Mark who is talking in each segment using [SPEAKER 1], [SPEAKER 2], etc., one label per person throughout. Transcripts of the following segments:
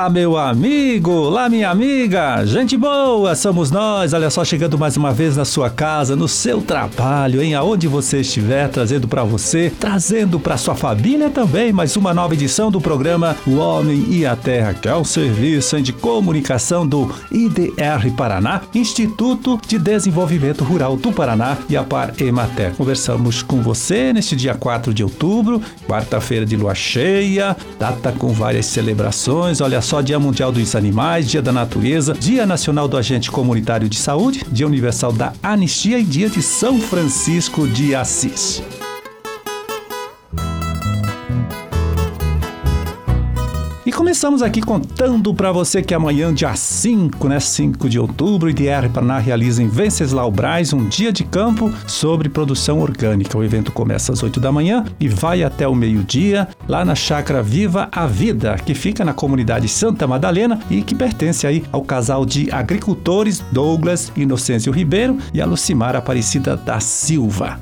[SPEAKER 1] Olá, meu amigo, olá, minha amiga, gente boa, somos nós, olha só, chegando mais uma vez na sua casa, no seu trabalho, aonde você estiver, trazendo para você, trazendo para sua família também, mais uma nova edição do programa O Homem e a Terra, que é o serviço de comunicação do IDR Paraná, Instituto de Desenvolvimento Rural do Paraná e a Par Emater. Conversamos com você neste dia 4 de outubro, quarta-feira de lua cheia, data com várias celebrações, olha só, Dia Mundial dos Animais, Dia da Natureza, Dia Nacional do Agente Comunitário de Saúde, Dia Universal da Anistia e Dia de São Francisco de Assis. E começamos aqui contando para você que amanhã, dia 5 de outubro, o IDR Paraná realiza em Venceslau Braz um dia de campo sobre produção orgânica. O evento começa às 8 da manhã e vai até o meio-dia, lá na Chácara Viva a Vida, que fica na comunidade Santa Madalena e que pertence aí ao casal de agricultores Douglas Inocêncio Ribeiro e a Lucimara Aparecida da Silva.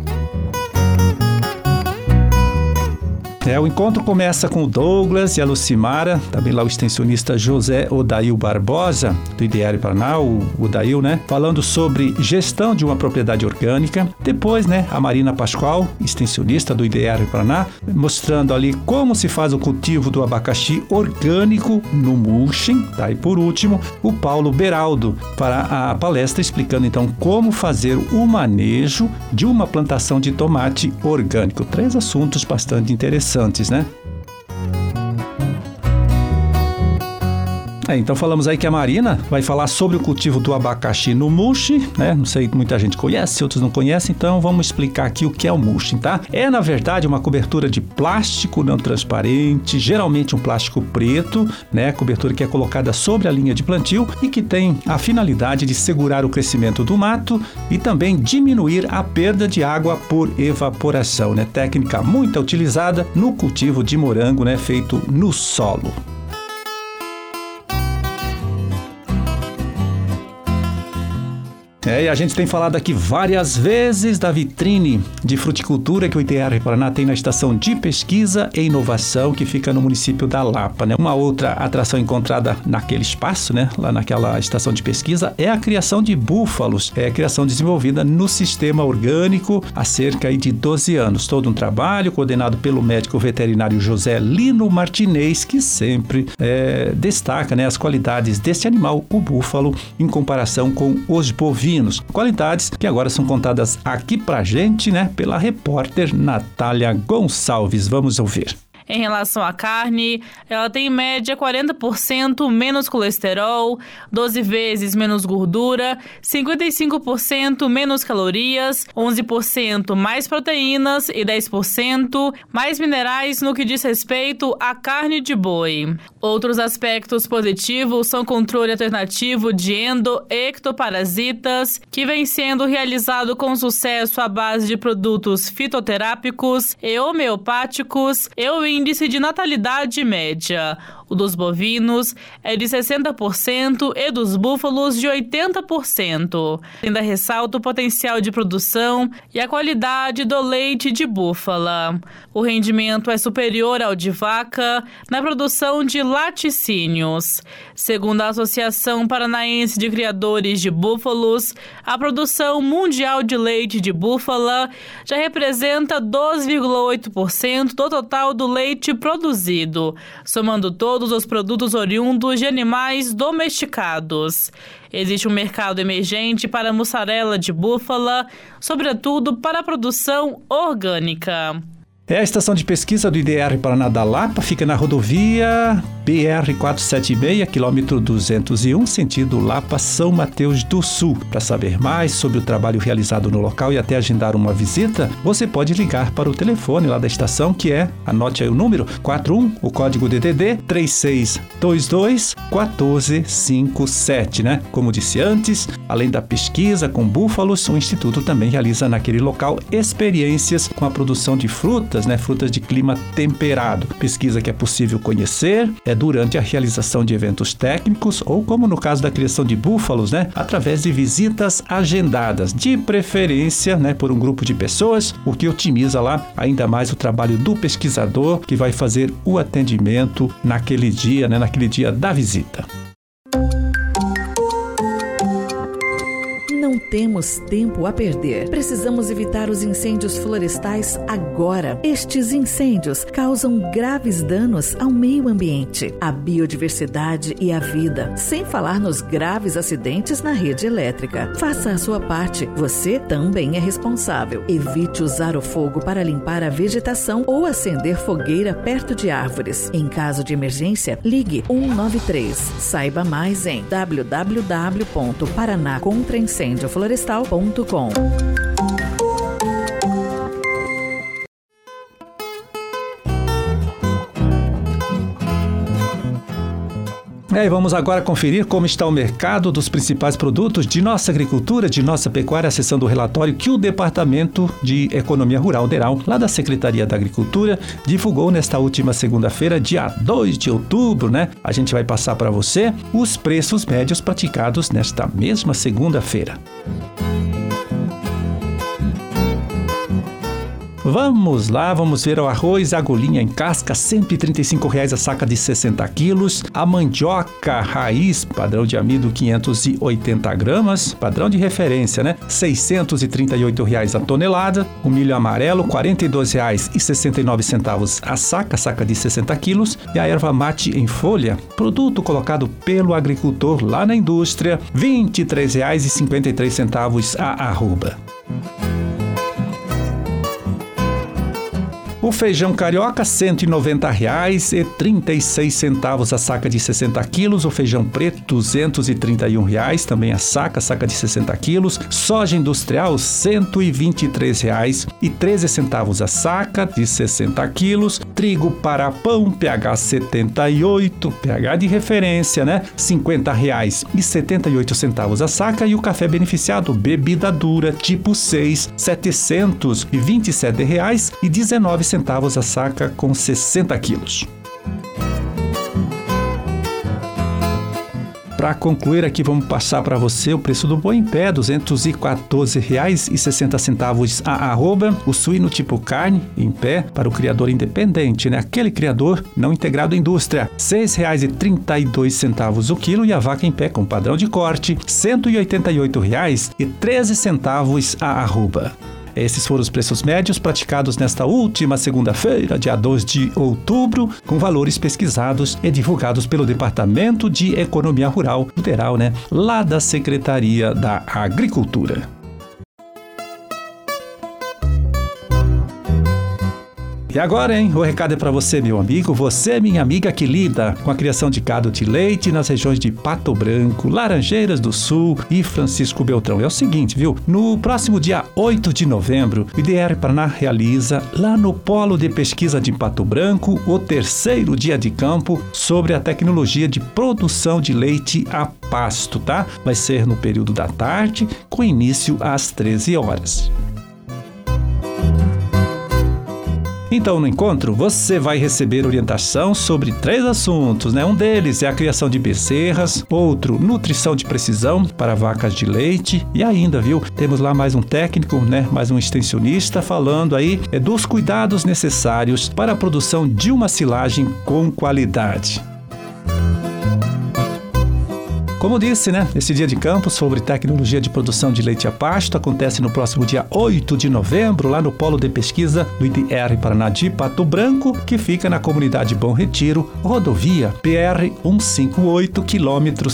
[SPEAKER 1] O encontro começa com o Douglas e a Lucimara, também lá o extensionista José Odail Barbosa, do IDR Paraná, o Odail, falando sobre gestão de uma propriedade orgânica. Depois, a Marina Pascoal, extensionista do IDR Paraná, mostrando ali como se faz o cultivo do abacaxi orgânico no mulching. E por último, o Paulo Beraldo, para a palestra explicando então como fazer o manejo de uma plantação de tomate orgânico. 3 assuntos bastante interessantes. Então falamos aí que a Marina vai falar sobre o cultivo do abacaxi no mulching, Não sei, muita gente conhece, outros não conhecem, então vamos explicar aqui o que é o mulching, tá? É, na verdade, uma cobertura de plástico não transparente, geralmente um plástico preto, Cobertura que é colocada sobre a linha de plantio e que tem a finalidade de segurar o crescimento do mato e também diminuir a perda de água por evaporação, Técnica muito utilizada no cultivo de morango, feito no solo. E a gente tem falado aqui várias vezes da vitrine de fruticultura que o IDR Paraná tem na estação de pesquisa e inovação que fica no município da Lapa, Uma outra atração encontrada naquele espaço, lá naquela estação de pesquisa, é a criação de búfalos. É a criação desenvolvida no sistema orgânico há cerca de 12 anos. Todo um trabalho coordenado pelo médico veterinário José Lino Martinez, que sempre destaca as qualidades deste animal, o búfalo, em comparação com os bovinos. Qualidades que agora são contadas aqui pra gente, pela repórter Natália Gonçalves. Vamos ouvir.
[SPEAKER 2] Em relação à carne, ela tem em média 40% menos colesterol, 12 vezes menos gordura, 55% menos calorias, 11% mais proteínas e 10% mais minerais no que diz respeito à carne de boi. Outros aspectos positivos são controle alternativo de ectoparasitas, que vem sendo realizado com sucesso à base de produtos fitoterápicos e homeopáticos e o índice de natalidade média. O dos bovinos é de 60% e dos búfalos de 80%. Ainda ressalta o potencial de produção e a qualidade do leite de búfala. O rendimento é superior ao de vaca na produção de laticínios. Segundo a Associação Paranaense de Criadores de Búfalos, a produção mundial de leite de búfala já representa 12,8% do total do leite produzido, somando todos os produtos oriundos de animais domesticados. Existe um mercado emergente para a mussarela de búfala, sobretudo para a produção orgânica.
[SPEAKER 1] A estação de pesquisa do IDR Paraná da Lapa fica na rodovia BR-476, quilômetro 201, sentido Lapa-São Mateus do Sul. Para saber mais sobre o trabalho realizado no local e até agendar uma visita, você pode ligar para o telefone lá da estação, que anote aí o número, 41, o código DDD 3622-1457, Como disse antes, além da pesquisa com búfalos, o Instituto também realiza naquele local experiências com a produção de frutas frutas, né? Frutas de clima temperado. Pesquisa que é possível conhecer durante a realização de eventos técnicos ou, como no caso da criação de búfalos, né? Através de visitas agendadas, de preferência, né? Por um grupo de pessoas, o que otimiza lá ainda mais o trabalho do pesquisador que vai fazer o atendimento naquele dia, né? Naquele dia da visita.
[SPEAKER 3] Não temos tempo a perder. Precisamos evitar os incêndios florestais agora. Estes incêndios causam graves danos ao meio ambiente, à biodiversidade e à vida, sem falar nos graves acidentes na rede elétrica. Faça a sua parte. Você também é responsável. Evite usar o fogo para limpar a vegetação ou acender fogueira perto de árvores. Em caso de emergência, ligue 193. Saiba mais em www.paranacontraincendioflorestal.com.
[SPEAKER 1] E vamos agora conferir como está o mercado dos principais produtos de nossa agricultura, de nossa pecuária, acessando o relatório que o Departamento de Economia Rural, DERAL, lá da Secretaria da Agricultura, divulgou nesta última segunda-feira, dia 2 de outubro, né? A gente vai passar para você os preços médios praticados nesta mesma segunda-feira. Vamos lá, vamos ver o arroz agulhinha em casca, R$ 135,00 a saca de 60 quilos. A mandioca raiz, padrão de amido 580 gramas, padrão de referência, né? R$ 638,00 a tonelada. O milho amarelo, R$ 42,69 a saca de 60 quilos. E a erva mate em folha, produto colocado pelo agricultor lá na indústria, R$ 23,53 a arroba. O feijão carioca, R$ 190,36 a saca de 60 quilos. O feijão preto, R$ 231,00 também a saca de 60 quilos. Soja industrial, R$ 123,13 a saca de 60 quilos. Trigo para pão, pH 78, pH de referência, né? R$ 50,78 a saca. E o café beneficiado, bebida dura, tipo 6, R$ 727,19 a saca com 60 quilos. Para concluir aqui, vamos passar para você o preço do boi em pé, R$ 214,60 a arroba. O suíno tipo carne em pé para o criador independente, né? Aquele criador não integrado à indústria, R$ 6,32 o quilo. E a vaca em pé com padrão de corte, R$ 188,13 a arroba. Esses foram os preços médios praticados nesta última segunda-feira, dia 2 de outubro, com valores pesquisados e divulgados pelo Departamento de Economia Rural, DERAL, né? Lá da Secretaria da Agricultura. E agora, o recado é para você, meu amigo, você, minha amiga que lida com a criação de gado de leite nas regiões de Pato Branco, Laranjeiras do Sul e Francisco Beltrão. É o seguinte, viu? No próximo dia 8 de novembro, o IDR Paraná realiza, lá no Polo de Pesquisa de Pato Branco, o 3º dia de campo sobre a tecnologia de produção de leite a pasto, tá? Vai ser no período da tarde, com início às 13 horas. Então, no encontro, você vai receber orientação sobre 3 assuntos, né? Um deles é a criação de bezerras, outro, nutrição de precisão para vacas de leite e ainda, viu? Temos lá mais um técnico, né? Mais um extensionista falando aí dos cuidados necessários para a produção de uma silagem com qualidade. Como disse, né? Esse dia de campo sobre tecnologia de produção de leite a pasto acontece no próximo dia 8 de novembro, lá no Polo de Pesquisa do IDR Paraná de Pato Branco, que fica na comunidade Bom Retiro, rodovia PR 158, quilômetro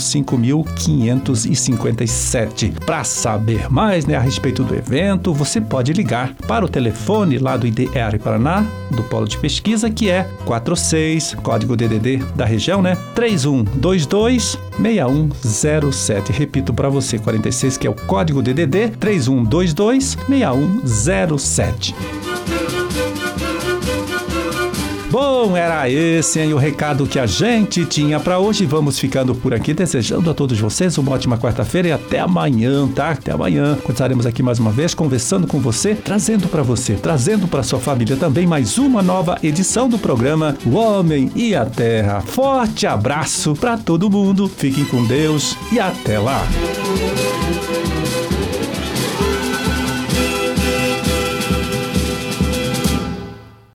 [SPEAKER 1] 5.557. Para saber mais, né, a respeito do evento, você pode ligar para o telefone lá do IDR Paraná, do Polo de Pesquisa, que é 46, código DDD da região, né? 3122-6107. Repito para você, 46, que é o código DDD, 3122-6107. Bom, era esse, hein, o recado que a gente tinha pra hoje. Vamos ficando por aqui, desejando a todos vocês uma ótima quarta-feira e até amanhã, tá? Até amanhã. Estaremos aqui mais uma vez conversando com você, trazendo pra sua família também mais uma nova edição do programa O Homem e a Terra. Forte abraço pra todo mundo, fiquem com Deus e até lá.